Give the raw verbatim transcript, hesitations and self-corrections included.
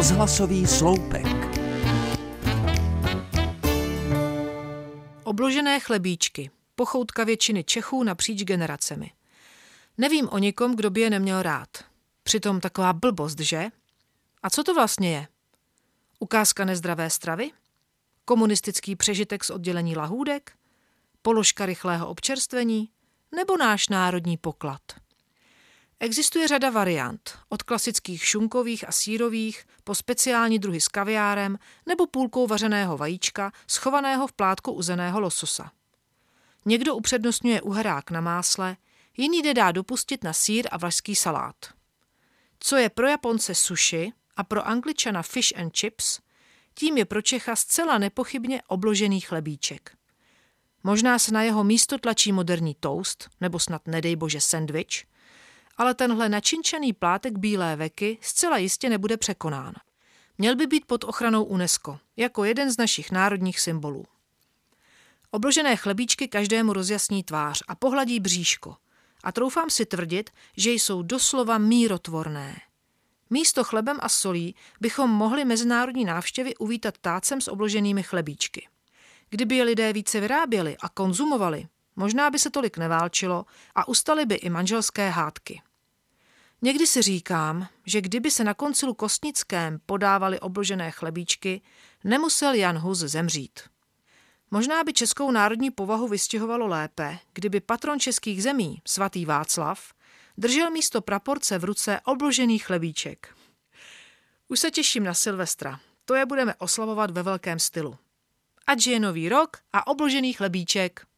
Rozhlasový sloupek. Obložené chlebíčky. Pochoutka většiny Čechů napříč generacemi. Nevím o nikom, kdo by je neměl rád. Přitom taková blbost, že? A co to vlastně je? Ukázka nezdravé stravy? Komunistický přežitek z oddělení lahůdek? Položka rychlého občerstvení? Nebo náš národní poklad? Existuje řada variant, od klasických šunkových a sýrových po speciální druhy s kaviárem nebo půlkou vařeného vajíčka schovaného v plátku uzeného lososa. Někdo upřednostňuje uherák na másle, jiný jde dá dopustit na sýr a vlašský salát. Co je pro Japonce sushi a pro Angličana fish and chips, tím je pro Čecha zcela nepochybně obložený chlebíček. Možná se na jeho místo tlačí moderní toast, nebo snad nedej bože sendvič, ale tenhle načinčený plátek bílé veky zcela jistě nebude překonán. Měl by být pod ochranou UNESCO, jako jeden z našich národních symbolů. Obložené chlebíčky každému rozjasní tvář a pohladí bříško. A troufám si tvrdit, že jsou doslova mírotvorné. Místo chlebem a solí bychom mohli mezinárodní návštěvy uvítat tácem s obloženými chlebíčky. Kdyby je lidé více vyráběli a konzumovali, možná by se tolik neválčilo a ustaly by i manželské hádky. Někdy si říkám, že kdyby se na koncilu kostnickém podávaly obložené chlebíčky, nemusel Jan Hus zemřít. Možná by českou národní povahu vystihovalo lépe, kdyby patron českých zemí, svatý Václav, držel místo praporce v ruce obložený chlebíček. Už se těším na Silvestra, to je budeme oslavovat ve velkém stylu. Ať je nový rok a obložený chlebíček.